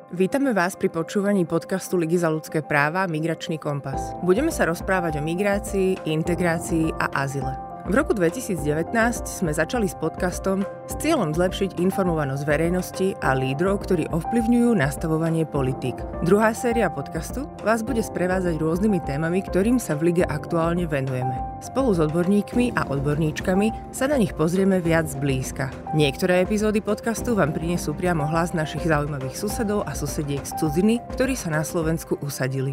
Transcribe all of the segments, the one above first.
Vítame vás pri počúvaní podcastu Ligy za ľudské práva Migračný kompas. Budeme sa rozprávať o migrácii, integrácii a azyle. V roku 2019 sme začali s podcastom s cieľom zlepšiť informovanosť verejnosti a lídrov, ktorí ovplyvňujú nastavovanie politík. Druhá séria podcastu vás bude sprevázať rôznymi témami, ktorým sa v Lige aktuálne venujeme. Spolu s odborníkmi a odborníčkami sa na nich pozrieme viac zblízka. Niektoré epizódy podcastu vám prinesú priamo hlas našich zaujímavých susedov a susediek z cudziny, ktorí sa na Slovensku usadili.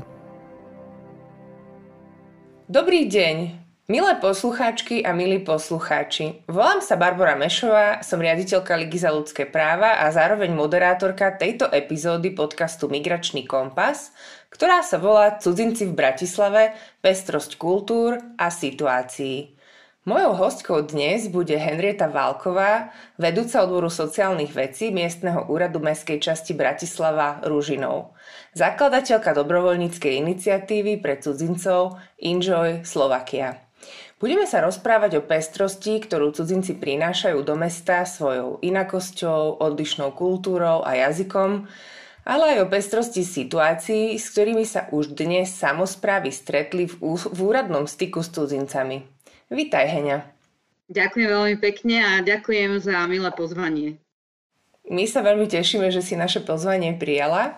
Dobrý deň! Milé poslucháčky a milí poslucháči, volám sa Barbora Mešová, som riaditeľka Ligy za ľudské práva a zároveň moderátorka tejto epizódy podcastu Migračný kompas, ktorá sa volá Cudzinci v Bratislave, pestrosť kultúr a situácií. Mojou hostkou dnes bude Henrieta Válková, vedúca odboru sociálnych vecí miestneho úradu mestskej časti Bratislava Ružinov, zakladateľka dobrovoľníckej iniciatívy pre cudzincov Enjoy Slovakia. Budeme sa rozprávať o pestrosti, ktorú cudzinci prinášajú do mesta svojou inakosťou, odlišnou kultúrou a jazykom, ale aj o pestrosti situácií, s ktorými sa už dnes samosprávy stretli v úradnom styku s cudzincami. Vítaj, Heňa. Ďakujem veľmi pekne a ďakujem za milé pozvanie. My sa veľmi tešíme, že si naše pozvanie prijala.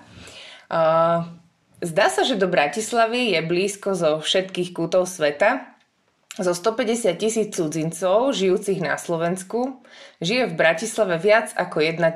Zdá sa, že do Bratislavy je blízko zo všetkých kútov sveta. Zo 150 000 cudzincov, žijúcich na Slovensku, žije v Bratislave viac ako 1/3.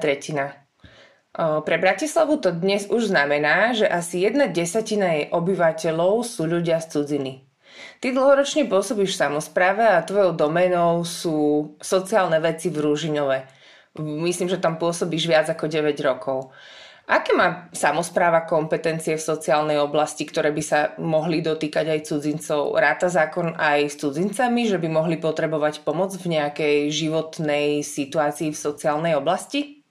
Pre Bratislavu to dnes už znamená, že asi 1/10 jej obyvateľov sú ľudia z cudziny. Ty dlhoročne pôsobíš v samospráve a tvojou doménou sú sociálne veci v Ružinove. Myslím, že tam pôsobíš viac ako 9 rokov. Aké má samospráva kompetencie v sociálnej oblasti, ktoré by sa mohli dotýkať aj cudzincov? Ráta zákon aj s cudzincami, že by mohli potrebovať pomoc v nejakej životnej situácii v sociálnej oblasti?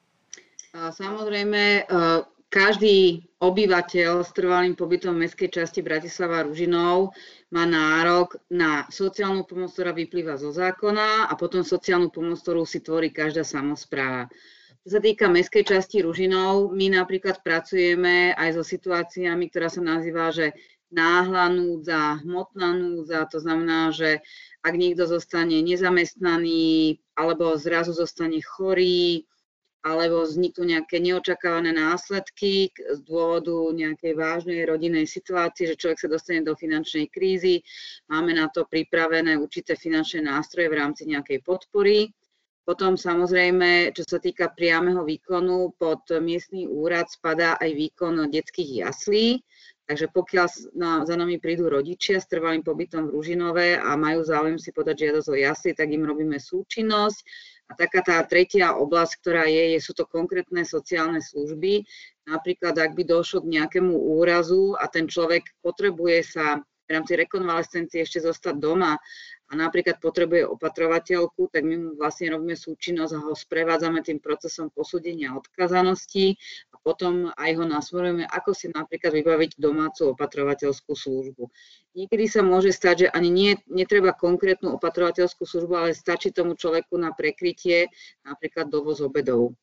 Samozrejme, každý obyvateľ s trvalým pobytom v mestskej časti Bratislava Ružinov má nárok na sociálnu pomoc, ktorá vyplýva zo zákona, a potom sociálnu pomoc, ktorú si tvorí každá samospráva. Čo sa týka mestskej časti Ružinov, my napríklad pracujeme aj so situáciami, ktorá sa nazýva, že náhla núdza, hmotná núdza, to znamená, že ak niekto zostane nezamestnaný, alebo zrazu zostane chorý, alebo vzniknú nejaké neočakávané následky z dôvodu nejakej vážnej rodinnej situácie, že človek sa dostane do finančnej krízy, máme na to pripravené určité finančné nástroje v rámci nejakej podpory. Potom samozrejme, čo sa týka priameho výkonu, pod miestny úrad spadá aj výkon detských jaslí. Takže pokiaľ za nami prídu rodičia s trvalým pobytom v Ružinove a majú záujem si podať žiadosť o jasli, tak im robíme súčinnosť. A taká tá tretia oblasť, ktorá sú to konkrétne sociálne služby. Napríklad, ak by došlo k nejakému úrazu a ten človek potrebuje sa v rámci rekonvalescencie ešte zostať doma a napríklad potrebuje opatrovateľku, tak my mu vlastne robíme súčinnosť a ho sprevádzame tým procesom posúdenia odkazanosti a potom aj ho nasmerujeme, ako si napríklad vybaviť domácu opatrovateľskú službu. Niekedy sa môže stať, že ani netreba konkrétnu opatrovateľskú službu, ale stačí tomu človeku na prekrytie, napríklad dovoz obedov.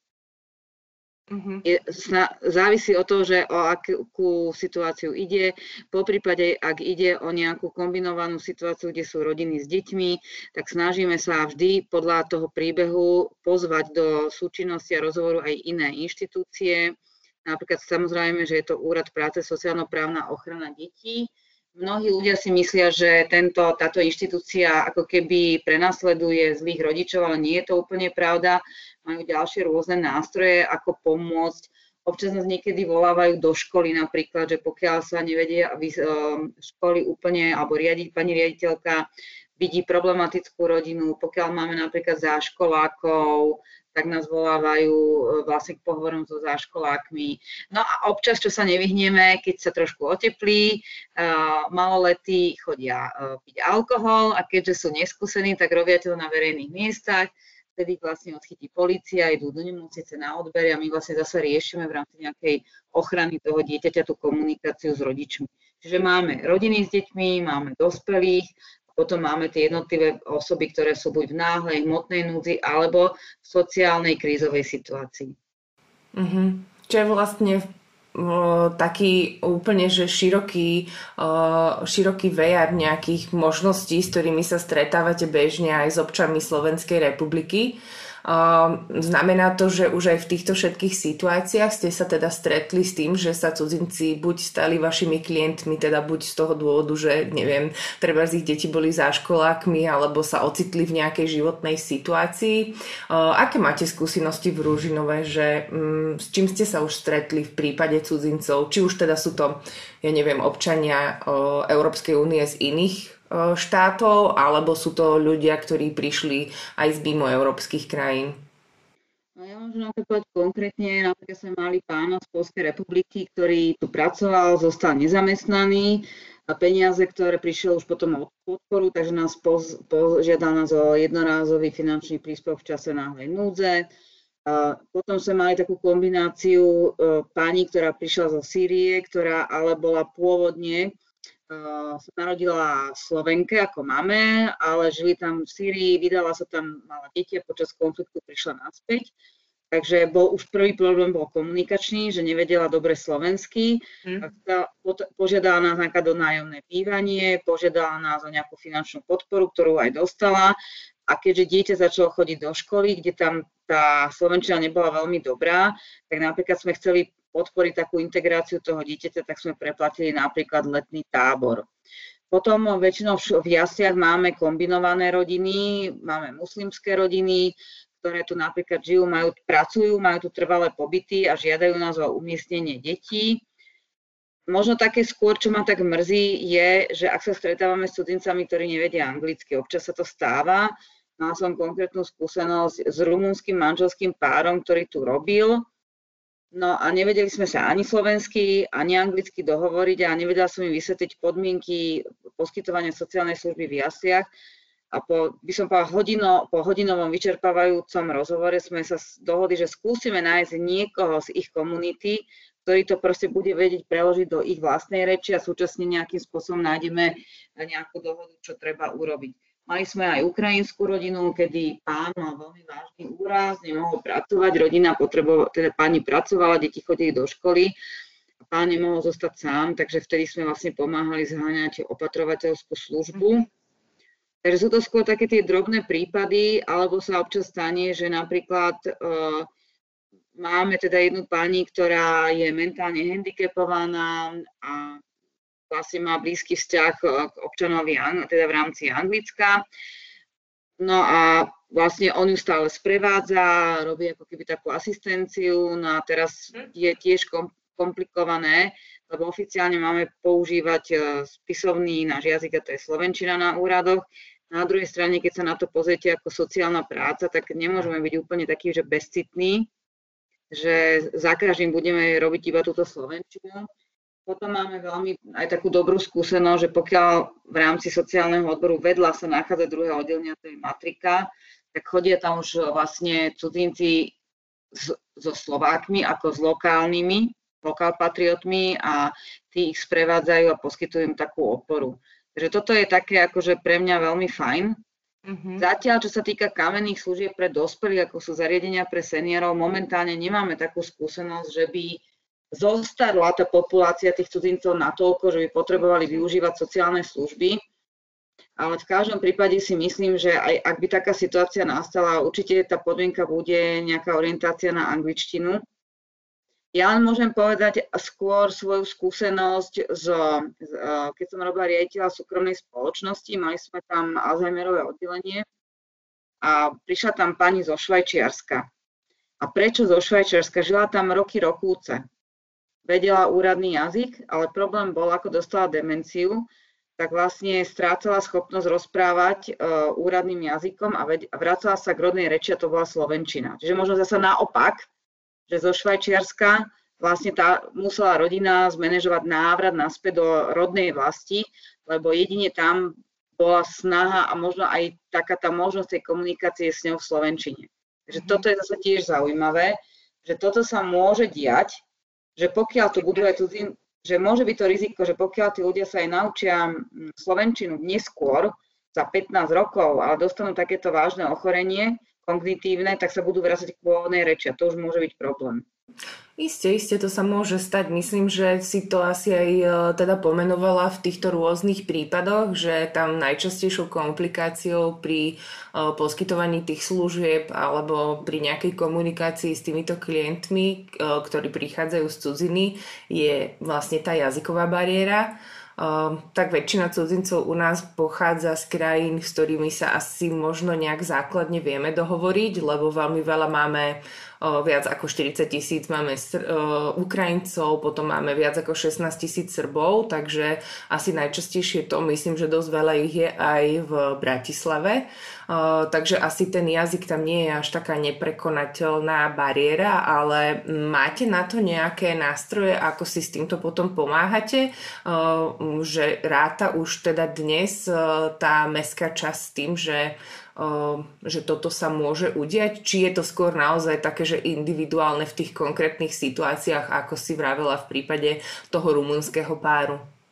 Závisí od toho, že o akú situáciu ide. Poprípade, ak ide o nejakú kombinovanú situáciu, kde sú rodiny s deťmi, tak snažíme sa vždy podľa toho príbehu pozvať do súčinnosti a rozhovoru aj iné inštitúcie. Napríklad samozrejme, že je to Úrad práce, sociálno-právna ochrana detí. Mnohí ľudia si myslia, že táto inštitúcia ako keby prenasleduje zlých rodičov, ale nie je to úplne pravda. Majú ďalšie rôzne nástroje, ako pomôcť. Občas nás niekedy volávajú do školy napríklad, že pokiaľ sa nevedia školy úplne, alebo pani riaditeľka vidí problematickú rodinu, pokiaľ máme napríklad záškolákov, tak nás volávajú vlastne k pohovorom so záškolákmi. No a občas, čo sa nevyhneme, keď sa trošku oteplí, maloletí chodia piť alkohol a keďže sú neskúsení, tak robia to na verejných miestach. Vtedy vlastne odchytí polícia, idú do nemocnice na odber a my vlastne zase riešime v rámci nejakej ochrany toho dieťaťa tú komunikáciu s rodičmi. Čiže máme rodiny s deťmi, máme dospelých, potom máme tie jednotlivé osoby, ktoré sú buď v náhlej hmotnej núdzi alebo v sociálnej krízovej situácii. Čo je vlastne taký úplne, že široký vejar nejakých možností, s ktorými sa stretávate bežne aj s občanmi Slovenskej republiky. Znamená to, že už aj v týchto všetkých situáciách ste sa teda stretli s tým, že sa cudzinci buď stali vašimi klientmi, teda buď z toho dôvodu, že neviem, treba z ich deti boli záškolákmi, alebo sa ocitli v nejakej životnej situácii. Aké máte skúsenosti v Ružinove, že s čím ste sa už stretli v prípade cudzincov? Či už teda sú to, ja neviem, občania Európskej únie z iných štátov, alebo sú to ľudia, ktorí prišli aj z mimo európskych krajín? No ja môžem napríklad konkrétne, napríklad sme mali pána z Poľskej republiky, ktorý tu pracoval, zostal nezamestnaný a peniaze, ktoré prišiel už potom od podporu, takže nás požiadal nás o jednorázový finančný príspevok v čase náhlej núdze. Potom sme mali takú kombináciu pani, ktorá prišla zo Sýrie, ktorá ale bola pôvodne sa narodila Slovenke ako mame, ale žili tam v Sýrii, vydala sa tam, mala deti a počas konfliktu prišla naspäť. Takže už prvý problém bol komunikačný, že nevedela dobre slovensky. Požiadala nás do nájomné bývanie, požiadala nás o nejakú finančnú podporu, ktorú aj dostala. A keďže dieťa začalo chodiť do školy, kde tam tá slovenčina nebola veľmi dobrá, tak napríklad sme chceli podporiť takú integráciu toho dieťaťa, tak sme preplatili napríklad letný tábor. Potom väčšinou v jasliach máme kombinované rodiny, máme muslimské rodiny, ktoré tu napríklad žijú, pracujú, majú tu trvalé pobyty a žiadajú nás o umiestnenie detí. Možno také skôr, čo ma tak mrzí, je, že ak sa stretávame s cudzincami, ktorí nevedia anglicky, občas sa to stáva. Mala som konkrétnu skúsenosť s rumunským manželským párom, ktorý tu robil. No a nevedeli sme sa ani slovensky, ani anglicky dohovoriť a nevedela som im vysvetliť podmienky poskytovania sociálnej služby v jasliach. A po hodinovom vyčerpávajúcom rozhovore sme sa dohodli, že skúsime nájsť niekoho z ich komunity, ktorý to proste bude vedieť preložiť do ich vlastnej reči a súčasne nejakým spôsobom nájdeme nejakú dohodu, čo treba urobiť. Mali sme aj ukrajinskú rodinu, kedy pán mal veľmi vážny úraz, nemohol pracovať, rodina teda pani pracovala, deti chodili do školy a pán nemohol zostať sám, takže vtedy sme vlastne pomáhali zháňať opatrovateľskú službu. Takže sú to skôr také tie drobné prípady, alebo sa občas stane, že napríklad máme teda jednu pani, ktorá je mentálne handicapovaná a vlastne má blízky vzťah k občanovi, teda v rámci Anglicka. No a vlastne on ju stále sprevádza, robí ako keby takú asistenciu, no a teraz je tiež komplikované, lebo oficiálne máme používať spisovný náš jazyk, a to je slovenčina na úradoch. Na druhej strane, keď sa na to pozriete ako sociálna práca, tak nemôžeme byť úplne takí, že bezcitní, že za každým budeme robiť iba túto slovenčinu. Potom máme veľmi aj takú dobrú skúsenosť, že pokiaľ v rámci sociálneho odboru vedľa sa nachádza druhé oddelenie, to je matrika, tak chodia tam už vlastne cudzinci so Slovákmi ako s lokálpatriotmi a tí ich sprevádzajú a poskytujú im takú oporu. Takže toto je také akože pre mňa veľmi fajn. Zatiaľ, čo sa týka kamenných služieb pre dospelých, ako sú zariadenia pre seniorov, momentálne nemáme takú skúsenosť, že by zostarla tá populácia tých cudzincov natoľko, že by potrebovali využívať sociálne služby. Ale v každom prípade si myslím, že aj ak by taká situácia nastala, určite tá podmienka bude nejaká orientácia na angličtinu. Ja len môžem povedať skôr svoju skúsenosť, keď som robila riaditeľa súkromnej spoločnosti, mali sme tam Alzheimerové oddelenie a prišla tam pani zo Švajčiarska. A prečo zo Švajčiarska? Žila tam roky rokúce. Vedela úradný jazyk, ale problém bol, ako dostala demenciu, tak vlastne strácala schopnosť rozprávať úradným jazykom a vracala sa k rodnej reči a to bola slovenčina. Čiže možno zasa naopak, že zo Švajčiarska vlastne musela rodina zmanéžovať návrat naspäť do rodnej vlasti, lebo jedine tam bola snaha a možno aj taká tá možnosť tej komunikácie s ňou v slovenčine. Takže toto je zase tiež zaujímavé, že toto sa môže diať, že pokiaľ tu budú aj že môže byť to riziko, že pokiaľ tí ľudia sa aj naučia slovenčinu neskôr, za 15 rokov, ale dostanú takéto vážne ochorenie kognitívne, tak sa budú vrácať k pôvodnej reči a to už môže byť problém. Isté, to sa môže stať. Myslím, že si to asi aj teda pomenovala v týchto rôznych prípadoch, že tam najčastejšou komplikáciou pri poskytovaní tých služieb alebo pri nejakej komunikácii s týmito klientmi, ktorí prichádzajú z cudziny, je vlastne tá jazyková bariéra. Tak väčšina cudzincov u nás pochádza z krajín, s ktorými sa asi možno nejak základne vieme dohovoriť, lebo veľmi veľa máme viac ako 40 000 máme Ukrajincov, potom máme viac ako 16 000 Srbov, takže asi najčastejšie to, myslím, že dosť veľa ich je aj v Bratislave. Takže asi ten jazyk tam nie je až taká neprekonateľná bariéra, ale máte na to nejaké nástroje, ako si s týmto potom pomáhate, že ráta už teda dnes tá mestská časť s tým, že toto sa môže udiať? Či je to skôr naozaj také, že individuálne v tých konkrétnych situáciách, ako si vravela v prípade toho rumunského páru?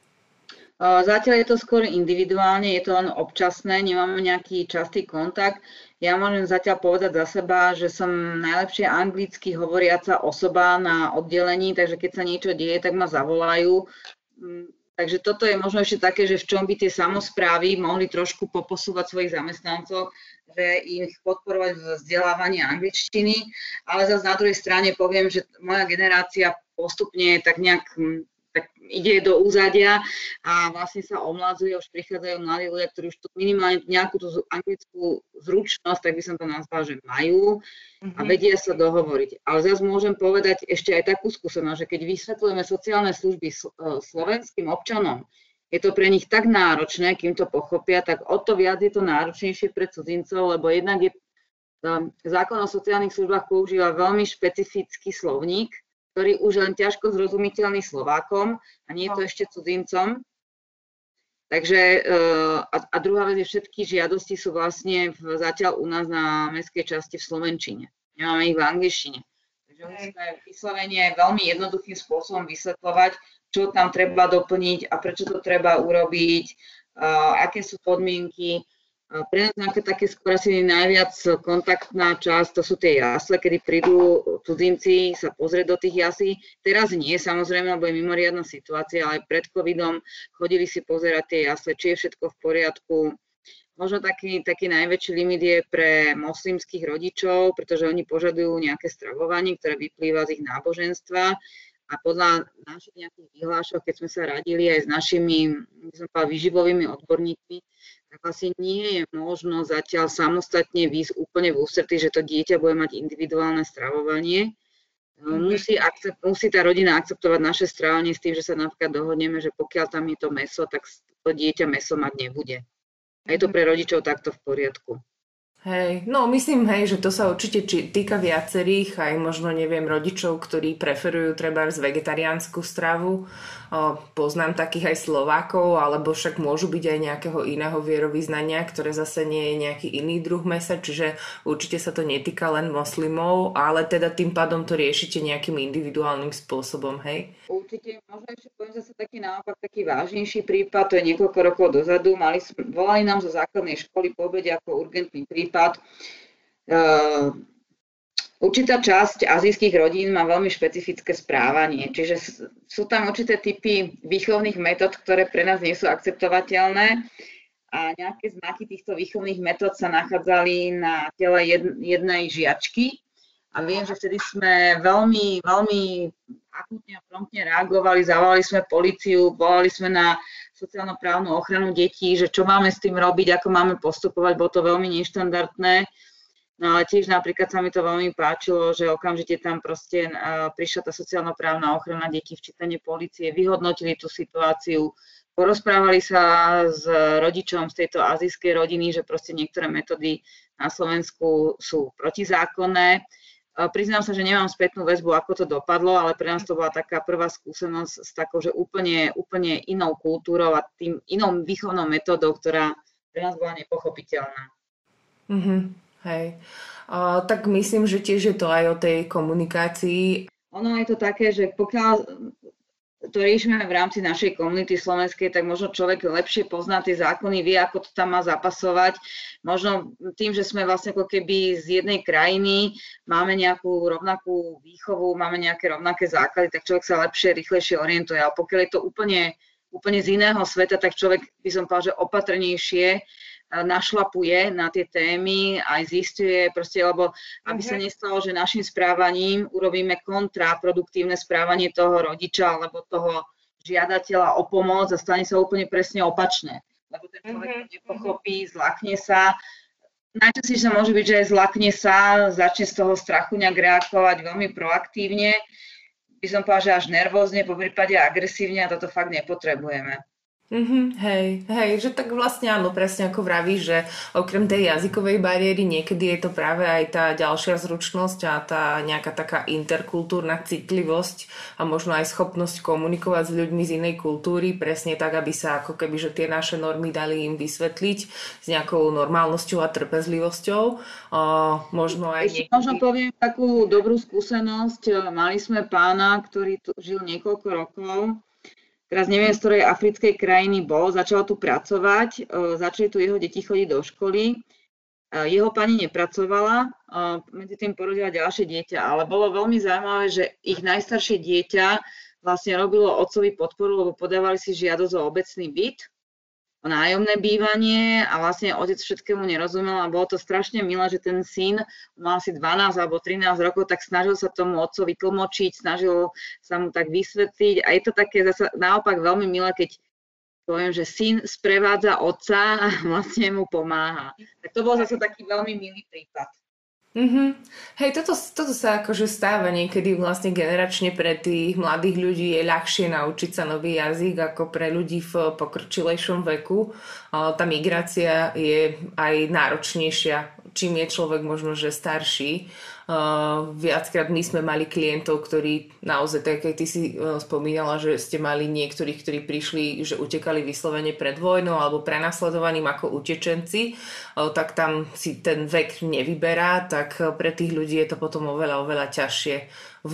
Zatiaľ je to skôr individuálne, je to len občasné, nemáme nejaký častý kontakt. Ja môžem zatiaľ povedať za seba, že som najlepšie anglicky hovoriaca osoba na oddelení, takže keď sa niečo deje, tak ma zavolajú. Takže toto je možno ešte také, že v čom by tie samosprávy mohli trošku poposúvať svojich zamestnancov, že ich podporovať v vzdelávaní angličtiny, ale zase na druhej strane poviem, že moja generácia postupne tak nejak tak ide do úzadia a vlastne sa omladzuje, už prichádzajú mladí ľudia, ktorí už tu minimálne nejakú tú anglickú zručnosť, tak by som to nazvala, že majú a vedia sa dohovoriť. Ale zase môžem povedať ešte aj takú skúsenosť, že keď vysvetľujeme sociálne služby slovenským občanom, je to pre nich tak náročné, kým to pochopia, tak o to viac je to náročnejšie pre cudzincov, lebo jednak zákon o sociálnych službách používa veľmi špecifický slovník, ktorý už len ťažko zrozumiteľný Slovákom a nie je to ešte cudzincom. Takže a druhá vec je, všetky žiadosti sú vlastne zatiaľ u nás na mestskej časti v slovenčine. Nemáme ich v angličtine. Takže musíme vyslovene veľmi jednoduchým spôsobom vysvetľovať, čo tam treba doplniť a prečo to treba urobiť, aké sú podmienky. Pre nás nejaké také skôr asi najviac kontaktná časť, to sú tie jasle, kedy prídu cudzinci sa pozrieť do tých jaslí. Teraz nie, samozrejme, lebo je mimoriadna situácia, ale pred covidom chodili si pozerať tie jasle, či je všetko v poriadku. Možno taký najväčší limit je pre moslimských rodičov, pretože oni požadujú nejaké stravovanie, ktoré vyplýva z ich náboženstva. A podľa našich nejakých vyhlášok, keď sme sa radili aj s našimi výživovými odborníkmi, tak vlastne nie je možno zatiaľ samostatne výjsť úplne v ústretí, že to dieťa bude mať individuálne stravovanie. Musí tá rodina akceptovať naše stravovanie s tým, že sa napríklad dohodneme, že pokiaľ tam je to mäso, tak to dieťa mäso mať nebude. A je to pre rodičov takto v poriadku. Hej, no myslím, že to sa určite týka viacerých, aj možno neviem rodičov, ktorí preferujú trebárs vegetariánsku stravu. Poznám takých aj Slovákov, alebo však môžu byť aj nejakého iného vierovyznania, ktoré zase nie je nejaký iný druh mäsa, čiže určite sa to netýka len moslimov, ale teda tým pádom to riešite nejakým individuálnym spôsobom, hej? Určite, možno ešte poviem zase taký naopak, taký vážnejší prípad, to je niekoľko rokov dozadu, volali nám zo základnej školy po obede ako urgentný prípad. Určitá časť azijských rodín má veľmi špecifické správanie, čiže sú tam určité typy výchovných metód, ktoré pre nás nie sú akceptovateľné a nejaké znaky týchto výchovných metód sa nachádzali na tele jednej žiačky a viem, že vtedy sme veľmi, veľmi akútne a promptne reagovali, zavolali sme políciu, volali sme na sociálno-právnu ochranu detí, že čo máme s tým robiť, ako máme postupovať, bolo to veľmi neštandardné. No ale tiež napríklad sa mi to veľmi páčilo, že okamžite tam proste prišla tá sociálno-právna ochrana detí, včítanie polície, vyhodnotili tú situáciu, porozprávali sa s rodičom z tejto azijskej rodiny, že proste niektoré metódy na Slovensku sú protizákonné. Priznám sa, že nemám spätnú väzbu, ako to dopadlo, ale pre nás to bola taká prvá skúsenosť s takou, že úplne inou kultúrou a tým inou výchovnou metódou, ktorá pre nás bola nepochopiteľná. Hej. Tak myslím, že tiež je to aj o tej komunikácii. Ono je to také, že pokiaľ to riešime v rámci našej komunity slovenskej, tak možno človek lepšie pozná tie zákony, vie, ako to tam má zapasovať. Možno tým, že sme vlastne ako keby z jednej krajiny, máme nejakú rovnakú výchovu, máme nejaké rovnaké základy, tak človek sa lepšie, rýchlejšie orientuje. Ale pokiaľ je to úplne z iného sveta, tak človek, by som povedal, že opatrnejšie našlapuje na tie témy, aj zistuje, proste, lebo aby sa nestalo, že našim správaním urobíme kontraproduktívne správanie toho rodiča alebo toho žiadateľa o pomoc a stane sa úplne presne opačné. Lebo ten človek to nepochopí, zlakne sa. Najčastejšie môže byť, že zlakne sa, začne z toho strachu nejak reagovať veľmi proaktívne. By som povedala, že až nervózne, po prípade agresívne a toto fakt nepotrebujeme. Hej, že tak vlastne áno, presne ako vravíš, že okrem tej jazykovej bariéry niekedy je to práve aj tá ďalšia zručnosť a tá nejaká taká interkultúrna citlivosť a možno aj schopnosť komunikovať s ľuďmi z inej kultúry, presne tak, aby sa ako keby, že tie naše normy dali im vysvetliť s nejakou normálnosťou a trpezlivosťou. Možno aj niekedy... Možno poviem takú dobrú skúsenosť. Mali sme pána, ktorý tu žil niekoľko rokov. Teraz neviem, z ktorej africkej krajiny bol, začal tu pracovať, začali tu jeho deti chodiť do školy. Jeho pani nepracovala, medzi tým porodila ďalšie dieťa, ale bolo veľmi zaujímavé, že ich najstaršie dieťa vlastne robilo otcovi podporu, lebo podávali si žiadosť o obecný byt, o nájomné bývanie a vlastne otec všetkému nerozumel a bolo to strašne milé, že ten syn mal asi 12 alebo 13 rokov, tak snažil sa tomu otcovi tlmočiť, snažil sa mu tak vysvetliť a je to také zase naopak veľmi milé, keď poviem, že syn sprevádza otca a vlastne mu pomáha. Tak to bol zase taký veľmi milý prípad. Hej, toto sa akože stáva niekedy vlastne generačne pre tých mladých ľudí je ľahšie naučiť sa nový jazyk ako pre ľudí v pokročilejšom veku. Tá migrácia je aj náročnejšia, čím je človek možno, že starší. Viackrát my sme mali klientov, ktorí naozaj, tak aj ty si spomínala, že ste mali niektorých, ktorí prišli, že utekali vyslovene pred vojnou alebo prenasledovaním ako utečenci, tak tam si ten vek nevyberá, tak pre tých ľudí je to potom oveľa ťažšie v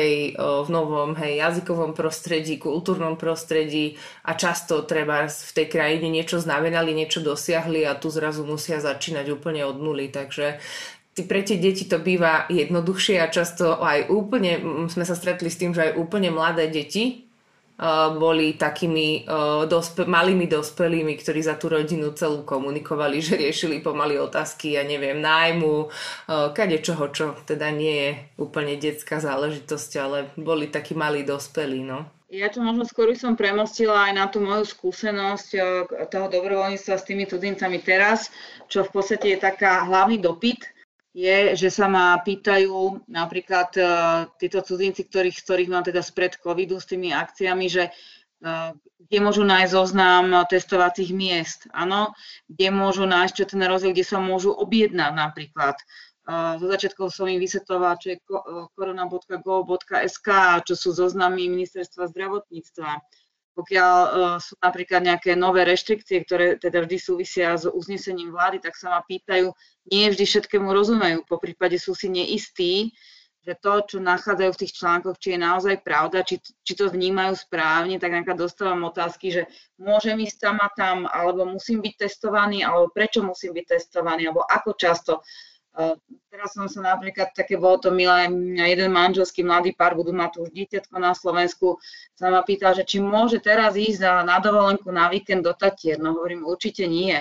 novom jazykovom prostredí, kultúrnom prostredí a často treba v tej krajine niečo znamenali, niečo dosiahli a tu zrazu musia začínať úplne od nuly, takže pre tie deti to býva jednoduchšie a často aj úplne, sme sa stretli s tým, že aj úplne mladé deti boli takými malými dospelými, ktorí za tú rodinu celú komunikovali, že riešili pomaly otázky, ja neviem, nájmu, kadečoho, čo teda nie je úplne detská záležitosť, ale boli takí malí dospelí, no. Ja to možno skôr som premostila aj na tú moju skúsenosť toho dobrovoľníctva s tými cudzincami teraz, čo v podstate je taká hlavný dopyt, je, že sa ma pýtajú napríklad títo cudzinci, ktorých mám teda spred covidu s tými akciami, že kde môžu nájsť zoznam testovacích miest, áno, kde môžu nájsť, čo ten rozdiel, kde sa môžu objednať napríklad. Zo začiatkov som im vysvetlovala, čo je corona.gov.sk, čo sú zoznamy ministerstva zdravotníctva. Pokiaľ sú napríklad nejaké nové reštrikcie, ktoré teda vždy súvisia s uznesením vlády, tak sa ma pýtajú, nie vždy všetkému rozumejú, po prípade sú si neistí, že to, čo nachádzajú v tých článkoch, či je naozaj pravda, či to vnímajú správne, tak napríklad dostávam otázky, že môžem ísť tam a tam, alebo musím byť testovaný, alebo prečo musím byť testovaný, alebo ako často. Teraz som sa napríklad, také bolo to milé, jeden manželský mladý pár, budú mať tu už dieťatko na Slovensku, sa ma pýtal, že či môže teraz ísť na dovolenku na víkend do Tatier. No hovorím, určite nie.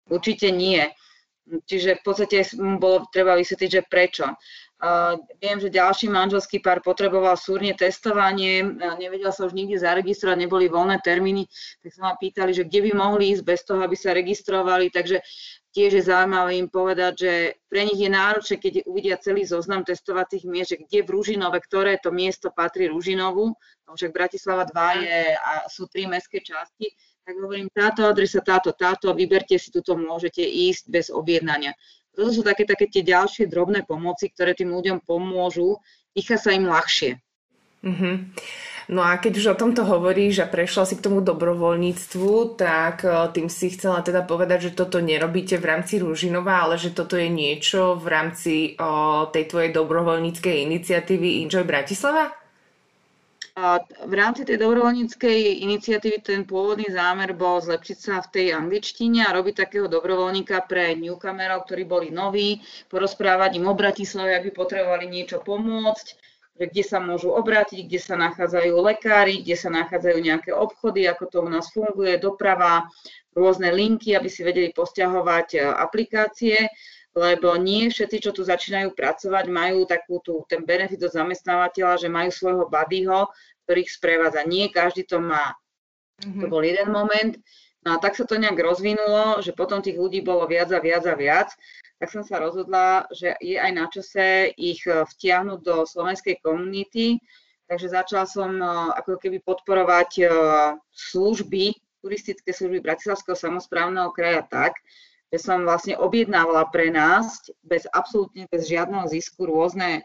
Čiže v podstate mu bolo treba vysvetliť, že prečo. Viem, že ďalší manželský pár potreboval súrne testovanie, nevedel sa už nikde zaregistrovať, neboli voľné termíny, tak sa ma pýtali, že kde by mohli ísť bez toho, aby sa registrovali, takže tiež je zaujímavé im povedať, že pre nich je náročné, keď uvidia celý zoznam testovacích miest, že kde v Ružinove, ktoré to miesto patrí Ružinovu, však Bratislava 2 sú 3 mestské časti, tak hovorím, táto adresa, táto, vyberte si, tuto môžete ísť bez objednania. Toto sú také tie ďalšie drobné pomoci, ktoré tým ľuďom pomôžu, dýcha sa im ľahšie. No a keď už o tomto hovoríš a prešla si k tomu dobrovoľníctvu, tak tým si chcela teda povedať, že toto nerobíte v rámci Ružinova, ale že toto je niečo v rámci tej tvojej dobrovoľníckej iniciatívy Enjoy Bratislava? A v rámci tej dobrovoľníckej iniciatívy ten pôvodný zámer bol zlepšiť sa v tej angličtine a robiť takého dobrovoľníka pre newcomerov, ktorí boli noví, porozprávať im o Bratislave, ak by potrebovali niečo pomôcť, kde sa môžu obrátiť, kde sa nachádzajú lekári, kde sa nachádzajú nejaké obchody, ako to u nás funguje, doprava, rôzne linky, aby si vedeli posťahovať aplikácie, lebo nie všetci, čo tu začínajú pracovať, majú ten benefit od zamestnávateľa, že majú svojho buddyho, ktorý ich sprevádza. Nie každý to má. To bol jeden moment. No a tak sa to nejak rozvinulo, že potom tých ľudí bolo viac a viac a viac. Tak som sa rozhodla, že je aj na čase ich vtiahnuť do slovenskej komunity. Takže začala som ako keby podporovať služby, turistické služby Bratislavského samosprávneho kraja tak, že som vlastne objednávala pre nás absolútne bez žiadneho zisku rôzne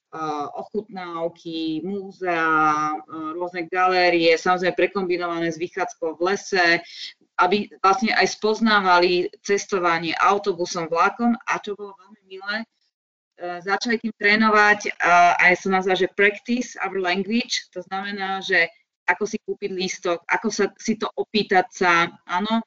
ochutnávky, múzea, rôzne galérie, samozrejme prekombinované s vychádzkou v lese, aby vlastne aj spoznávali cestovanie autobusom, vlakom a čo bolo veľmi milé, začali tým trénovať aj sa nazýva, že practice our language, to znamená, že ako si kúpiť lístok, ako si to opýtať sa, áno.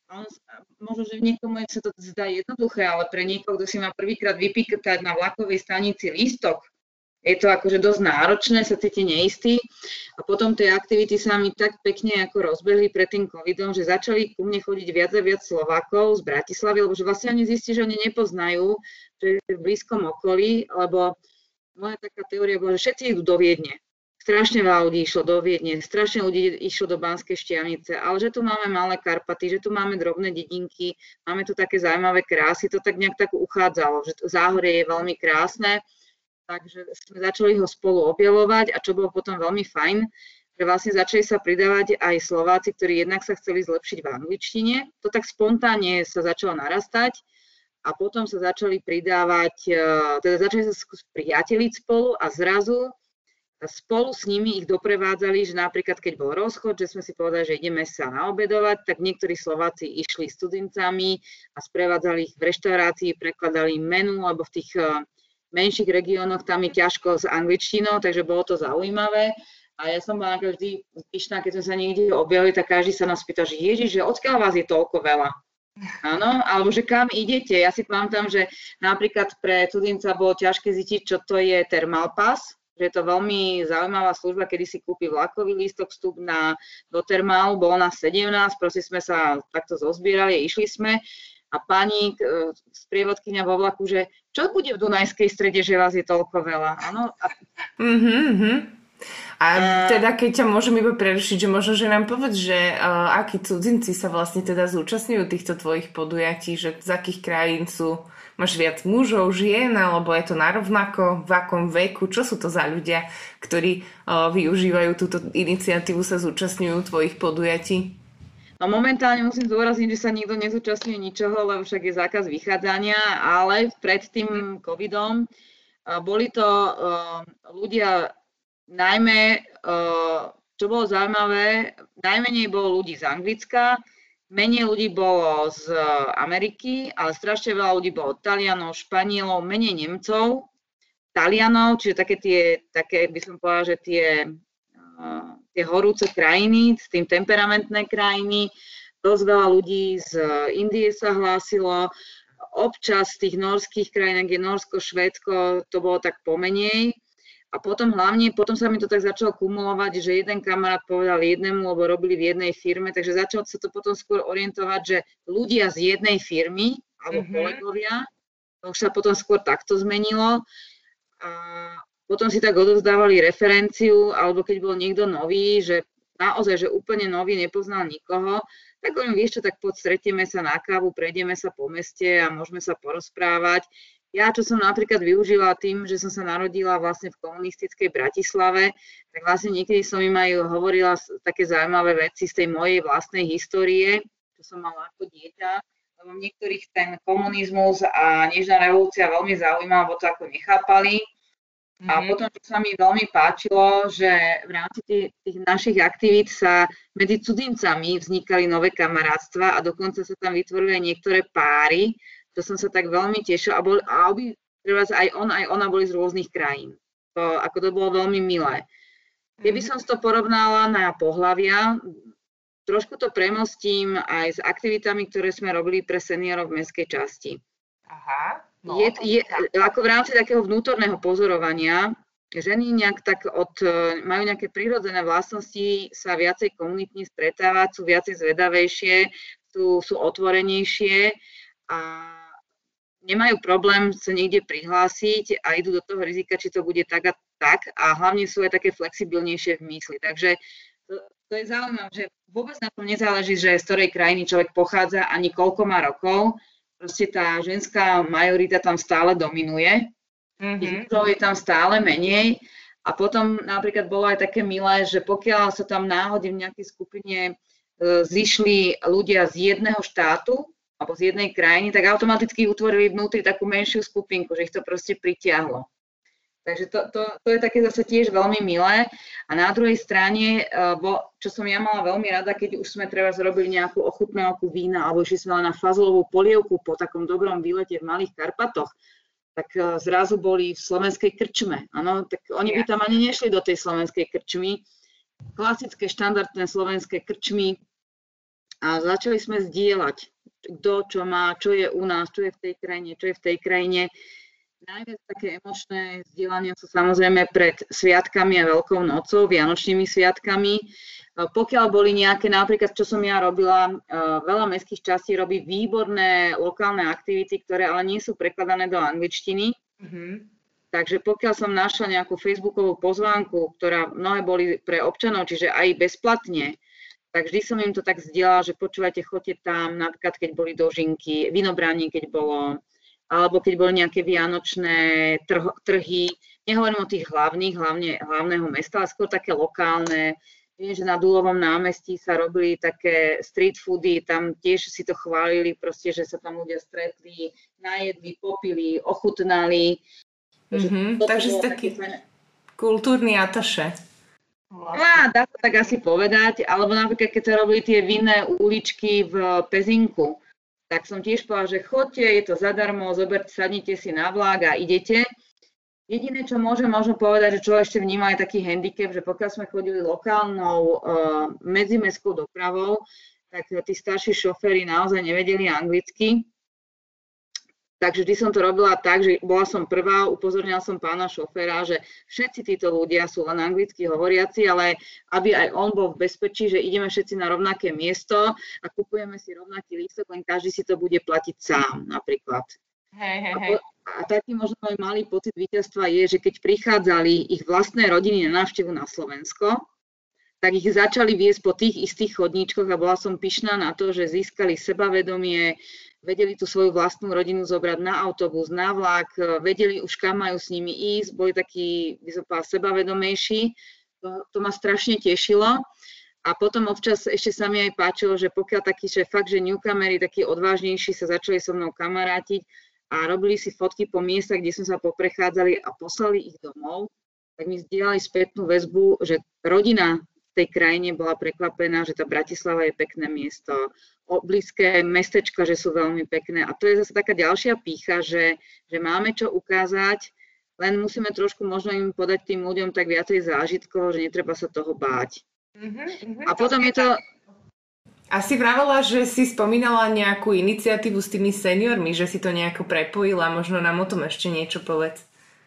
Možno, že niekomu sa to zdá jednoduché, ale pre niekoho, kto si má prvýkrát vypíkať na vlakovej stanici lístok, je to akože dosť náročné, sa cíti neistý. A potom tie aktivity sa mi tak pekne ako rozbehli pred tým covidom, že začali ku mne chodiť viac a viac Slovákov z Bratislavy, lebo že vlastne oni zistí, že oni nepoznajú, že je v blízkom okolí, lebo moja taká teória bola, že všetci idú do Viedne. Strašne veľa ľudí išlo do Viedne, strašne ľudí išlo do Banskej Štiavnice, ale že tu máme malé Karpaty, že tu máme drobné dedinky, máme tu také zaujímavé krásy, to tak nejak tak uchádzalo, že Záhorie je veľmi krásne, takže sme začali ho spolu objavovať a čo bolo potom veľmi fajn, že vlastne začali sa pridávať aj Slováci, ktorí jednak sa chceli zlepšiť v angličtine, to tak spontánne sa začalo narastať a potom sa začali pridávať, teda začali sa spriateliť spolu a zrazu spolu s nimi ich doprevádzali, že napríklad keď bol rozchod, že sme si povedali, že ideme sa naobedovať, tak niektorí Slováci išli s cudzincami a sprevádzali ich v reštaurácii, prekladali im menu, lebo v tých menších regiónoch tam je ťažko s angličtinou, takže bolo to zaujímavé. A ja som bola vždy pyšná, keď sme sa niekde objavili, tak každý sa nás pýta, že Ježiš, že odkiaľ vás je toľko veľa? Áno, alebo že kam idete? Ja si pamätám, že napríklad pre cudzinca bolo ťažké zistiť, čo to je Thermalpass, že je to veľmi zaujímavá služba, kedy si kúpi vlakový lístok, vstup do termálu, bolo nás 17, proste sme sa takto zozbierali a išli sme a pani sprievodkyňa vo vlaku, že čo bude v Dunajskej Strede, že vás je toľko veľa, áno? A teda keď ťa môžem iba prerušiť, že možno, že nám povedz, že akí cudzinci sa vlastne teda zúčastňujú týchto tvojich podujatí, že z akých krajín sú? Máš viac mužov, žien, alebo je to narovnako, v akom veku? Čo sú to za ľudia, ktorí využívajú túto iniciatívu, sa zúčastňujú tvojich podujatí? No momentálne musím zdôrazniť, že sa nikto nezúčastňuje ničoho, lebo však je zákaz vychádzania, ale pred tým covidom boli to ľudia najmä, čo bolo zaujímavé, najmenej bolo ľudí z Anglicka, menej ľudí bolo z Ameriky, ale strašne veľa ľudí bolo Talianov, Španielov, menej Nemcov, Talianov, čiže také by som povedala, že tie horúce krajiny, s tým temperamentné krajiny, dosť veľa ľudí z Indie sa hlásilo, občas z tých norských krajín, ak je Norsko, Švédsko, to bolo tak pomenej. A potom sa mi to tak začalo kumulovať, že jeden kamarát povedal jednému, lebo robili v jednej firme, takže začalo sa to potom skôr orientovať, že ľudia z jednej firmy, alebo kolegovia, to už sa potom skôr takto zmenilo. A potom si tak odovzdávali referenciu, alebo keď bol niekto nový, že naozaj, že úplne nový, nepoznal nikoho, tak hovorím, vieš čo, tak poď stretieme sa na kávu, prejdeme sa po meste a môžeme sa porozprávať. Ja, čo som napríklad využila tým, že som sa narodila vlastne v komunistickej Bratislave, tak vlastne niekedy som im aj hovorila také zaujímavé veci z tej mojej vlastnej histórie, čo som mala ako dieťa, lebo niektorých ten komunizmus a nežná revolúcia veľmi zaujímala, lebo to ako nechápali. A potom, čo sa mi veľmi páčilo, že v rámci tých našich aktivít sa medzi cudzincami vznikali nové kamarátstva a dokonca sa tam vytvorili aj niektoré páry. To som sa tak veľmi tešila a aj on, aj ona boli z rôznych krajín. To bolo veľmi milé. Keby som to porovnala na pohlavia, trošku to premostím aj s aktivitami, ktoré sme robili pre seniorov v mestskej časti. Aha. No, ako v rámci takého vnútorného pozorovania, ženy majú nejaké prírodzené vlastnosti sa viacej komunitne stretávať, sú viacej zvedavejšie, sú otvorenejšie a nemajú problém sa niekde prihlásiť a idú do toho rizika, či to bude tak a tak a hlavne sú aj také flexibilnejšie v mysli. Takže to je zaujímavé, že vôbec na tom nezáleží, že z ktorej krajiny človek pochádza ani koľko má rokov. Proste tá ženská majorita tam stále dominuje, tých mužov je tam stále menej a potom napríklad bolo aj také milé, že pokiaľ sa tam náhodne v nejakej skupine zišli ľudia z jedného štátu alebo z jednej krajiny, tak automaticky utvorili vnútri takú menšiu skupinku, že ich to proste pritiahlo. Takže to je také zase tiež veľmi milé. A na druhej strane, čo som ja mala veľmi rada, keď už sme treba zrobili nejakú ochutnávku vína alebo išli sme na fazolovú polievku po takom dobrom výlete v Malých Karpatoch, tak zrazu boli v slovenskej krčme. Áno, tak oni by tam ani nešli do tej slovenskej krčmy. Klasické, štandardné slovenské krčmy. A začali sme zdieľať, kto čo má, čo je u nás, čo je v tej krajine, čo je v tej krajine. Najviac také emočné zdieľania sú samozrejme pred sviatkami a Veľkou nocou, Vianočnými sviatkami. Pokiaľ boli nejaké, napríklad, čo som ja robila, veľa mestských častí robí výborné lokálne aktivity, ktoré ale nie sú prekladané do angličtiny. Takže pokiaľ som našla nejakú facebookovú pozvánku, ktorá mnohé boli pre občanov, čiže aj bezplatne, tak vždy som im to tak zdieľala, že počúvajte, choďte tam, napríklad keď boli dožinky, vinobranie, keď bolo, alebo keď boli nejaké vianočné trhy, nehovorím o tých hlavného mesta, ale skôr také lokálne. Viem, že na Dúlovom námestí sa robili také street foody, tam tiež si to chválili, proste, že sa tam ľudia stretli, najedli, popili, ochutnali. Takže si taký kultúrny ataše. Dá sa tak asi povedať, alebo napríklad, keď sa robili tie vinné uličky v Pezinku, tak som tiež povedala, že chodte, je to zadarmo, sadnite si na vlák a idete. Jediné, čo môžem možno povedať, že čo ešte vníma je taký handicap, že pokiaľ sme chodili lokálnou medzimestskou dopravou, tak tí starší šoféri naozaj nevedeli anglicky. Takže vždy som to robila tak, že bola som prvá, upozornila som pána šoféra, že všetci títo ľudia sú len anglicky hovoriaci, ale aby aj on bol v bezpečí, že ideme všetci na rovnaké miesto a kupujeme si rovnaký lístok, len každý si to bude platiť sám napríklad. Hej. A taký možno môj malý pocit víťazstva je, že keď prichádzali ich vlastné rodiny na návštevu na Slovensko, tak ich začali viesť po tých istých chodníčkoch a bola som pyšná na to, že získali sebavedomie, vedeli tú svoju vlastnú rodinu zobrať na autobus, na vlak, vedeli už kam majú s nimi ísť, boli takí, by som povedala, sebavedomejší. To ma strašne tešilo. A potom občas ešte sa mi aj páčilo, že pokiaľ takí, že fakt, že newcomery, takí odvážnejší sa začali so mnou kamarátiť a robili si fotky po miestach, kde sme sa poprechádzali a poslali ich domov, tak mi zdieľali spätnú väzbu, že rodina v tej krajine bola prekvapená, že tá Bratislava je pekné miesto, blízke mestečka, že sú veľmi pekné. A to je zase taká ďalšia pýcha, že máme čo ukázať, len musíme trošku možno im podať tým ľuďom tak viacej zážitkov, že netreba sa toho báť. A potom je to... A si vravela, že si spomínala nejakú iniciatívu s tými seniormi, že si to nejako prepojila, možno nám o tom ešte niečo povedz.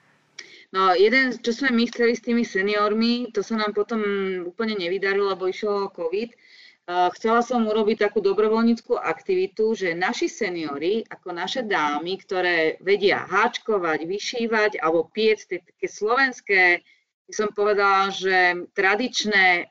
No, čo sme my chceli s tými seniormi, to sa nám potom úplne nevydarilo, lebo išlo COVID. Chcela som urobiť takú dobrovoľníckú aktivitu, že naši seniori, ako naše dámy, ktoré vedia háčkovať, vyšívať alebo piecť také slovenské, by som povedala, že tradičné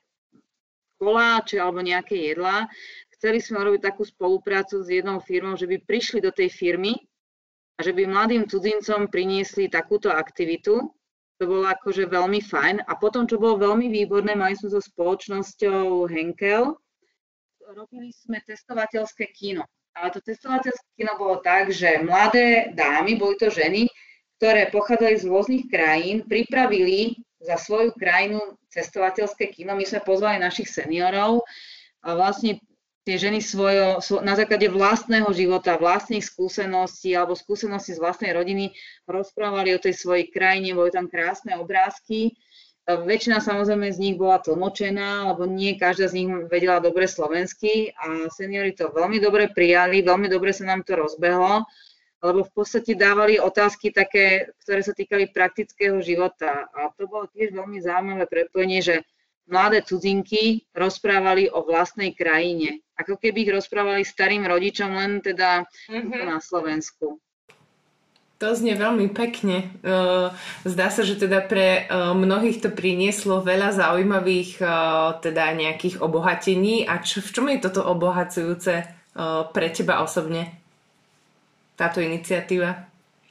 koláče alebo nejaké jedlá, chceli sme urobiť takú spoluprácu s jednou firmou, že by prišli do tej firmy a že by mladým cudzincom priniesli takúto aktivitu. To bolo akože veľmi fajn. A potom, čo bolo veľmi výborné, mali sme so spoločnosťou Henkel, robili sme testovateľské kino. Ale to testovateľské kino bolo tak, že mladé dámy, boli to ženy, ktoré pochádzali z rôznych krajín, pripravili za svoju krajinu cestovateľské kino. My sme pozvali našich seniorov a vlastne tie ženy na základe vlastného života, vlastných skúseností alebo skúseností z vlastnej rodiny rozprávali o tej svojej krajine, boli tam krásne obrázky. Väčšina samozrejme z nich bola tlmočená, lebo nie každá z nich vedela dobre slovensky a seniori to veľmi dobre prijali, veľmi dobre sa nám to rozbehlo, lebo v podstate dávali otázky také, ktoré sa týkali praktického života. A to bolo tiež veľmi zaujímavé prepojenie, že mladé cudzinky rozprávali o vlastnej krajine. Ako keby ich rozprávali starým rodičom, len teda na Slovensku. To znie veľmi pekne. Zdá sa, že teda pre mnohých to prinieslo veľa zaujímavých teda nejakých obohatení. A v čom je toto obohacujúce pre teba osobne, táto iniciatíva?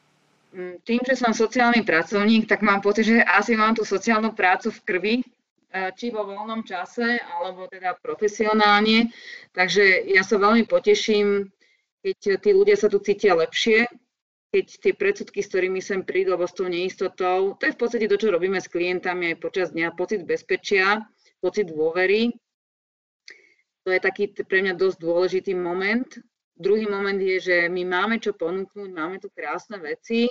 Tým, že som sociálny pracovník, tak mám pocit, že asi mám tú sociálnu prácu v krvi, či vo voľnom čase, alebo teda profesionálne. Takže ja sa veľmi poteším, keď tí ľudia sa tu cítia lepšie, keď tie predsudky, s ktorými sem prídu, alebo s tou neistotou, to je v podstate to, čo robíme s klientami aj počas dňa, pocit bezpečia, pocit dôvery. To je taký pre mňa dosť dôležitý moment. Druhý moment je, že my máme čo ponúknuť, máme tu krásne veci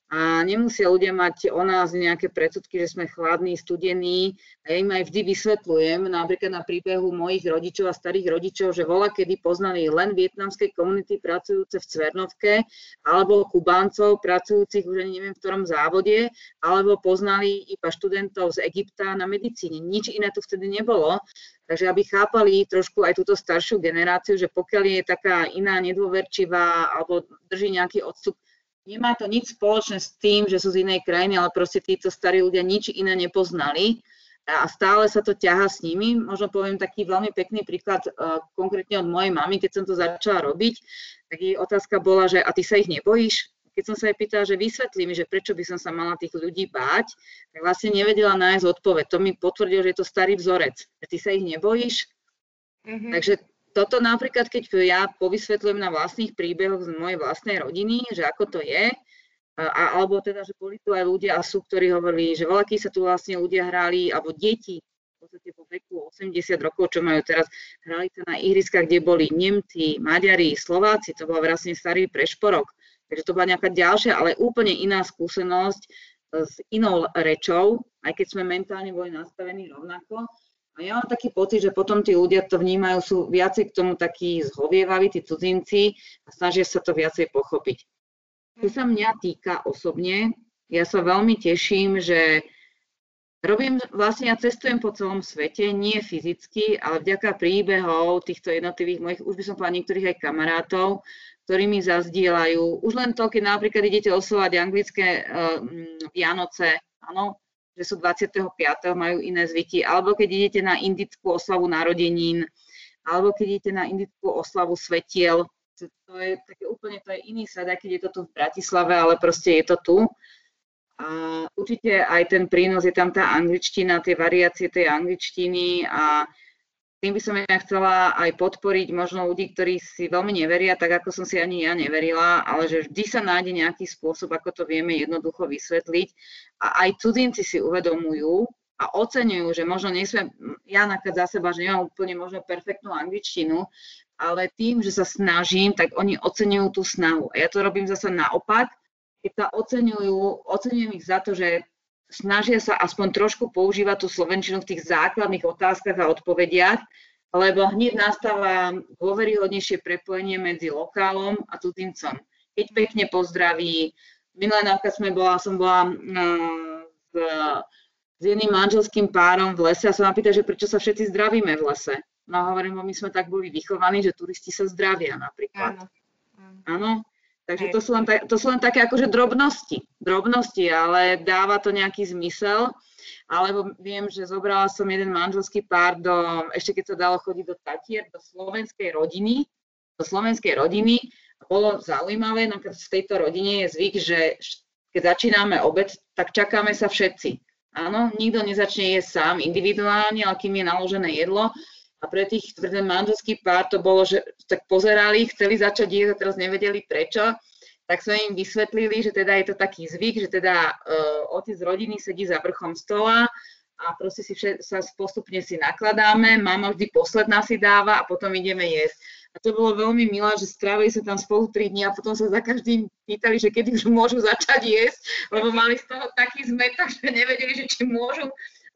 a nemusia ľudia mať o nás nejaké predsudky, že sme chladní, studení. A ja im aj vždy vysvetľujem, napríklad na príbehu mojich rodičov a starých rodičov, že voľakedy poznali len vietnamské komunity pracujúce v Cvernovke, alebo Kubáncov pracujúcich už ani neviem v ktorom závode, alebo poznali iba študentov z Egypta na medicíne. Nič iné tu vtedy nebolo. Takže aby chápali trošku aj túto staršiu generáciu, že pokiaľ je taká iná nedôverčivá alebo drží nejaký odstup, nemá to nič spoločné s tým, že sú z inej krajiny, ale proste títo starí ľudia nič iné nepoznali a stále sa to ťahá s nimi. Možno poviem taký veľmi pekný príklad konkrétne od mojej mamy, keď som to začala robiť, tak jej otázka bola, že a ty sa ich nebojíš? Keď som sa jej pýtala, že vysvetlí mi, že prečo by som sa mala tých ľudí báť, tak vlastne nevedela nájsť odpoveď. To mi potvrdil, že je to starý vzorec. Že ty sa ich nebojíš? Takže toto napríklad, keď ja povysvetľujem na vlastných príbehoch z mojej vlastnej rodiny, že ako to je, alebo teda, že boli tu aj ľudia a sú, ktorí hovorili, že voľakí sa tu vlastne ľudia hrali, alebo deti, v podstate po veku 80 rokov, čo majú teraz, hrali sa na ihriskách, kde boli Nemci, Maďari, Slováci, to bol vlastne starý prešporok. Takže to bola nejaká ďalšia, ale úplne iná skúsenosť s inou rečou, aj keď sme mentálne boli nastavení rovnako. A ja mám taký pocit, že potom tí ľudia to vnímajú, sú viacej k tomu takí zhovievaví, tí cudzinci a snažia sa to viacej pochopiť. Čo sa mňa týka osobne, ja sa veľmi teším, že ja cestujem po celom svete, nie fyzicky, ale vďaka príbehov týchto jednotlivých mojich, už by som povedala niektorých aj kamarátov, ktorí mi zazdielajú. Už len to, keď napríklad idete oslovať anglické Vianoce, áno, že sú 25. majú iné zvyky, alebo keď idete na indickú oslavu narodenín, alebo keď idete na indickú oslavu svetiel, to je také úplne, to je iný svet, aj keď je to tu v Bratislave, ale proste je to tu. A určite aj ten prínos, je tam tá angličtina, tie variácie tej angličtiny a tým by som ja chcela aj podporiť možno ľudí, ktorí si veľmi neveria, tak ako som si ani ja neverila, ale že vždy sa nájde nejaký spôsob, ako to vieme jednoducho vysvetliť. A aj cudzinci si uvedomujú a oceňujú, že možno nie sme, ja napríklad za seba, že nemám úplne možno perfektnú angličtinu, ale tým, že sa snažím, tak oni oceňujú tú snahu. A ja to robím zasa naopak, keď sa oceňujem ich za to, že snažia sa aspoň trošku používať tú slovenčinu v tých základných otázkach a odpovediach, lebo hneď nastáva dôveryhodnejšie prepojenie medzi lokálom a cudzincom. Keď pekne pozdraví, minulé napríklad som bola s jedným manželským párom v lese a sa ma pýta, že prečo sa všetci zdravíme v lese. No hovorím, my sme tak boli vychovaní, že turisti sa zdravia napríklad. Áno. Takže to sú len také akože drobnosti, ale dáva to nejaký zmysel. Alebo viem, že zobrala som jeden manželský pár ešte keď sa dalo chodiť do Tatier, do slovenskej rodiny. A bolo zaujímavé, napríklad v tejto rodine je zvyk, že keď začíname obed, tak čakáme sa všetci. Áno, nikto nezačne jesť sám individuálne, ale kým je naložené jedlo. A pre ten manželský pár to bolo, že tak pozerali, chceli začať jesť a teraz nevedeli prečo, tak sme im vysvetlili, že teda je to taký zvyk, že teda otec rodiny sedí za vrchom stola a proste sa postupne si nakladáme, mama vždy posledná si dáva a potom ideme jesť. A to bolo veľmi milé, že strávili sa tam spolu 3 dni a potom sa za každým pýtali, že kedy už môžu začať jesť, lebo mali z toho taký zmätok, že nevedeli, že či môžu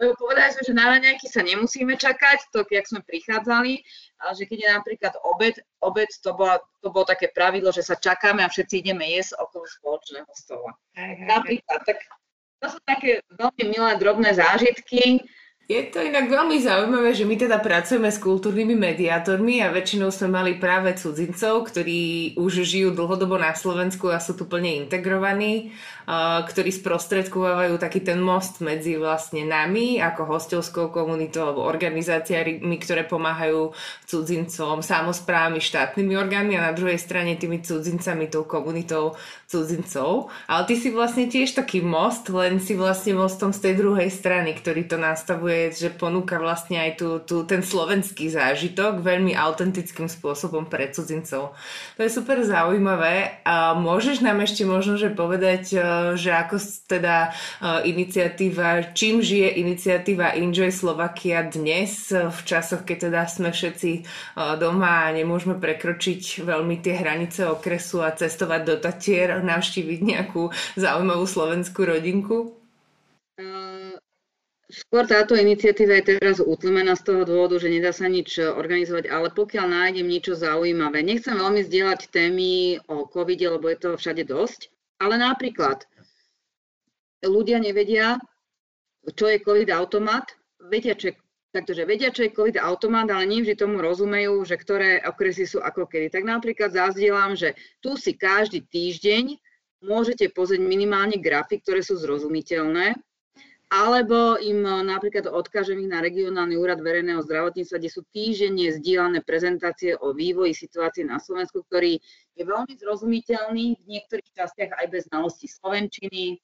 Povedali sme, že na raňajky sa nemusíme čakať, to jak sme prichádzali, ale že keď je napríklad obed to bolo také pravidlo, že sa čakáme a všetci ideme jesť okolo spoločného stola. Napríklad, tak to sú také veľmi milé drobné zážitky. Je to inak veľmi zaujímavé, že my teda pracujeme s kultúrnymi mediátormi a väčšinou sme mali práve cudzincov, ktorí už žijú dlhodobo na Slovensku a sú tu plne integrovaní, ktorí sprostredkovávajú taký ten most medzi vlastne nami ako hostovskou komunitou alebo organizáciami, ktoré pomáhajú cudzincom, samosprávami, štátnymi orgánmi a na druhej strane tými cudzincami, tou komunitou cudzincov. Ale ty si vlastne tiež taký most, len si vlastne mostom z tej druhej strany, ktorý to nastavuje, že ponúka vlastne aj ten slovenský zážitok veľmi autentickým spôsobom pre cudzincov. To je super zaujímavé. A môžeš nám ešte možno že povedať, že ako teda iniciatíva, čím žije iniciatíva Enjoy Slovakia dnes, v časoch, keď teda sme všetci doma a nemôžeme prekročiť veľmi tie hranice okresu a cestovať do Tatier, navštíviť nejakú zaujímavú slovenskú rodinku? Skôr táto iniciatíva je teraz utlmená z toho dôvodu, že nedá sa nič organizovať, ale pokiaľ nájdem niečo zaujímavé. Nechcem veľmi zdieľať témy o covide, lebo je toho všade dosť, ale napríklad ľudia nevedia, čo je covid automat, vedia, čo je covid automat, ale nie vždy tomu rozumejú, že ktoré okresy sú ako kedy. Tak napríklad zazdielam, že tu si každý týždeň môžete pozrieť minimálne grafy, ktoré sú zrozumiteľné, alebo im napríklad odkážem ich na regionálny úrad verejného zdravotníctva, kde sú týždenne zdieľané prezentácie o vývoji situácie na Slovensku, ktorý je veľmi zrozumiteľný, v niektorých častiach aj bez znalosti slovenčiny.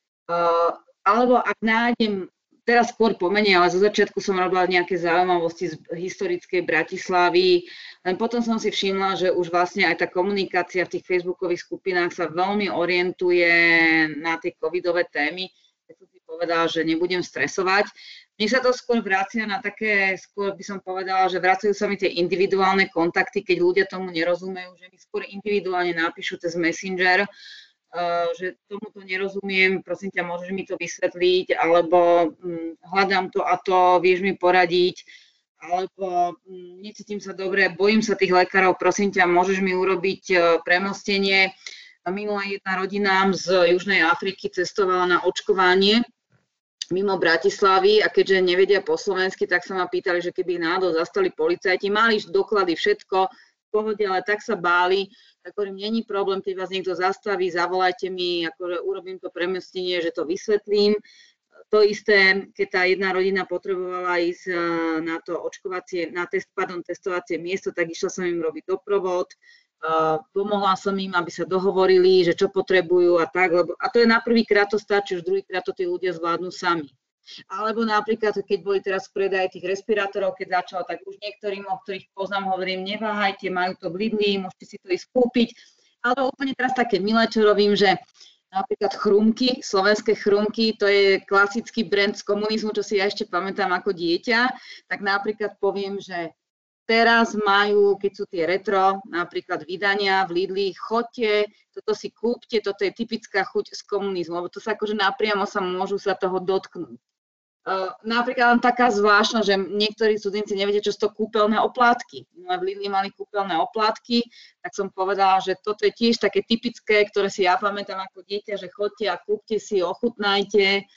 Alebo ak nájdem, teraz skôr pomenie, ale zo začiatku som robila nejaké zaujímavosti z historickej Bratislavy, len potom som si všimla, že už vlastne aj tá komunikácia v tých facebookových skupinách sa veľmi orientuje na tie covidové témy. Povedala, že nebudem stresovať. Mne sa to skôr vracia na také, skôr by som povedala, že vracajú sa mi tie individuálne kontakty, keď ľudia tomu nerozumejú, že mi skôr individuálne napíšu cez Messenger, že tomuto nerozumiem, prosím ťa, môžeš mi to vysvetliť, alebo hľadám to a to, vieš mi poradiť, alebo necítim sa dobre, bojím sa tých lekárov, prosím ťa, môžeš mi urobiť premostenie. Minulá jedna rodina z Južnej Afriky cestovala na očkovanie mimo Bratislavy a keďže nevedia po slovensky, tak sa ma pýtali, že keby ich náhodou zastali policajti, mali doklady, všetko v pohode, ale tak sa báli, tak hovorím, není problém, keď vás niekto zastaví, zavolajte mi, akože urobím to premostenie, že to vysvetlím. To isté, keď tá jedna rodina potrebovala ísť na to očkovacie, testovacie miesto, tak išla som im robiť doprovod. Pomohla som im, aby sa dohovorili, že čo potrebujú a tak, a to je na prvýkrát to stačí, už druhýkrát to tí ľudia zvládnu sami. Alebo napríklad, keď boli teraz v predaji tých respirátorov, keď začalo, tak už niektorým, o ktorých poznám, hovorím, neváhajte, majú to v Lidli, môžete si to ísť kúpiť. Ale úplne teraz také milé, čo robím, že napríklad chrumky, slovenské chrumky, to je klasický brand z komunizmu, čo si ja ešte pamätám ako dieťa, tak napríklad poviem, že teraz majú, keď sú tie retro, napríklad vydania v Lidli, choďte, toto si kúpte, toto je typická chuť z komunizmu, lebo to sa akože napriamo sa môžu sa toho dotknúť. Napríklad len taká zvláštna, že niektorí cudzinci nevedia, čo sú to kúpeľné oplátky. No v Lidli mali kúpeľné oplátky, tak som povedala, že toto je tiež také typické, ktoré si ja pamätám ako dieťa, že choďte a kúpte si, ochutnajte,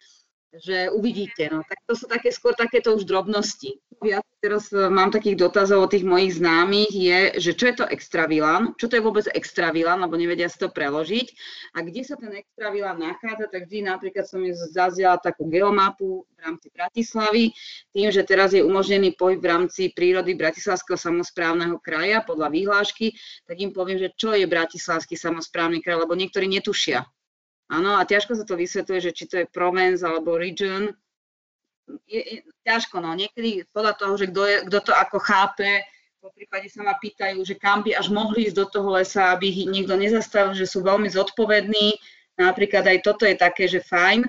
že uvidíte. No. Tak to sú také, skôr takéto už drobnosti. Ja teraz mám takých dotazov od tých mojich známych, je, že čo je to extravilán, čo to je vôbec extravilán, lebo nevedia si to preložiť. A kde sa ten extravilán nachádza, tak vždy napríklad som im zazdiela takú geomapu v rámci Bratislavy, tým, že teraz je umožnený pohyb v rámci prírody Bratislavského samosprávneho kraja podľa vyhlášky, tak im poviem, že čo je Bratislavský samosprávny kraj, lebo niektorí netušia. Áno, a ťažko sa to vysvetľuje, že či to je province alebo region. Je ťažko, no. Niekedy podľa toho, že kto to ako chápe, po prípade sa ma pýtajú, že kam by až mohli ísť do toho lesa, aby ich niekto nezastavil, že sú veľmi zodpovední. Napríklad aj toto je také, že fajn.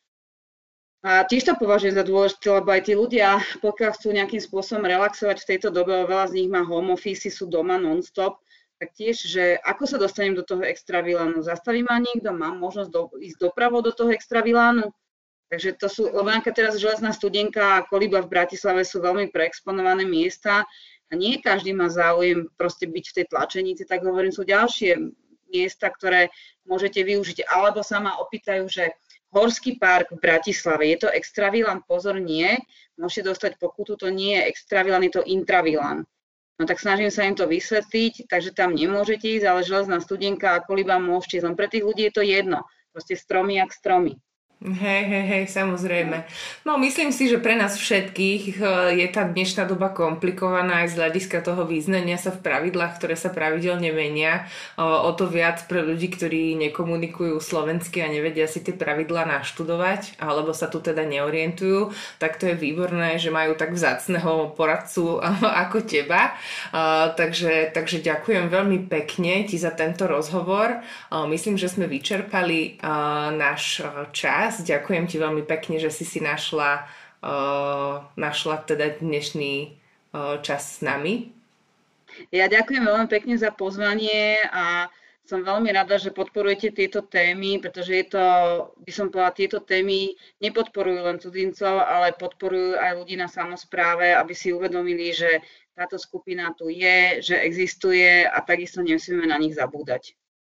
A tiež to považujem za dôležité, lebo aj tí ľudia, pokiaľ chcú nejakým spôsobom relaxovať v tejto dobe, veľa z nich má home office, sú doma non-stop, tak tiež, že ako sa dostanem do toho extravilánu? Zastaví ma niekto? Mám možnosť ísť dopravo do toho extravilánu? Takže to sú, lebo teraz Železná Studenka a Koliba v Bratislave sú veľmi preexponované miesta a nie každý má záujem proste byť v tej tlačenici, tak hovorím, sú ďalšie miesta, ktoré môžete využiť. Alebo sa ma opýtajú, že Horský park v Bratislave, je to extravilan? Pozor, nie. Môžete dostať pokutu, to nie je extravilan, je to intravilan. No tak snažím sa im to vysvetliť, takže tam nemôžete ísť, ale Železná Studenka a Koliba môžete. Len pre tých ľudí je to jedno. Proste stromy jak stromy. Hej, samozrejme. No myslím si, že pre nás všetkých je tá dnešná doba komplikovaná aj z hľadiska toho význania sa v pravidlách, ktoré sa pravidelne menia. O to viac pre ľudí, ktorí nekomunikujú slovensky a nevedia si tie pravidlá naštudovať, alebo sa tu teda neorientujú, tak to je výborné, že majú tak vzácneho poradcu ako teba. Takže ďakujem veľmi pekne ti za tento rozhovor. Myslím, že sme vyčerpali náš čas. Ďakujem ti veľmi pekne, že si našla teda dnešný čas s nami. Ja ďakujem veľmi pekne za pozvanie a som veľmi rada, že podporujete tieto témy, pretože je to, by som povedala, tieto témy nepodporujú len cudzincov, ale podporujú aj ľudí na samospráve, aby si uvedomili, že táto skupina tu je, že existuje a takisto nemusíme na nich zabúdať.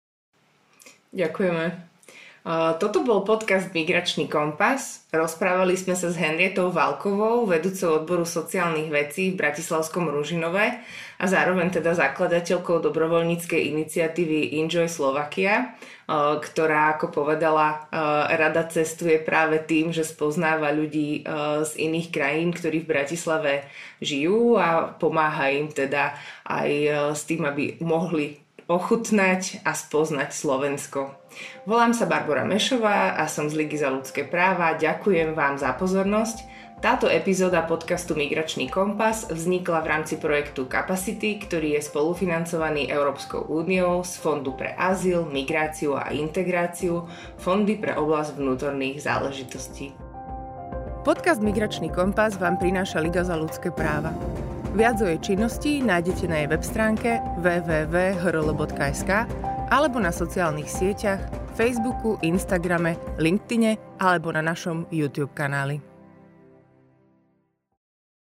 Ďakujeme. Toto bol podcast Migračný kompas. Rozprávali sme sa s Henrietou Valkovou, vedúcou odboru sociálnych vecí v Bratislavskom Ružinove a zároveň teda zakladateľkou dobrovoľníckej iniciatívy Enjoy Slovakia, ktorá, ako povedala, rada cestuje práve tým, že spoznáva ľudí z iných krajín, ktorí v Bratislave žijú a pomáha im teda aj s tým, aby mohli ochutnať a spoznať Slovensko. Volám sa Barbora Mešová a som z Ligy za ľudské práva. Ďakujem vám za pozornosť. Táto epizóda podcastu Migračný kompas vznikla v rámci projektu Capacity, ktorý je spolufinancovaný Európskou úniou z Fondu pre azyl, migráciu a integráciu, Fondy pre oblasť vnútorných záležitostí. Podcast Migračný kompas vám prináša Liga za ľudské práva. Viac o jej činnosti nájdete na jej web stránke www.hrl.sk alebo na sociálnych sieťach, Facebooku, Instagrame, LinkedIne alebo na našom YouTube kanáli.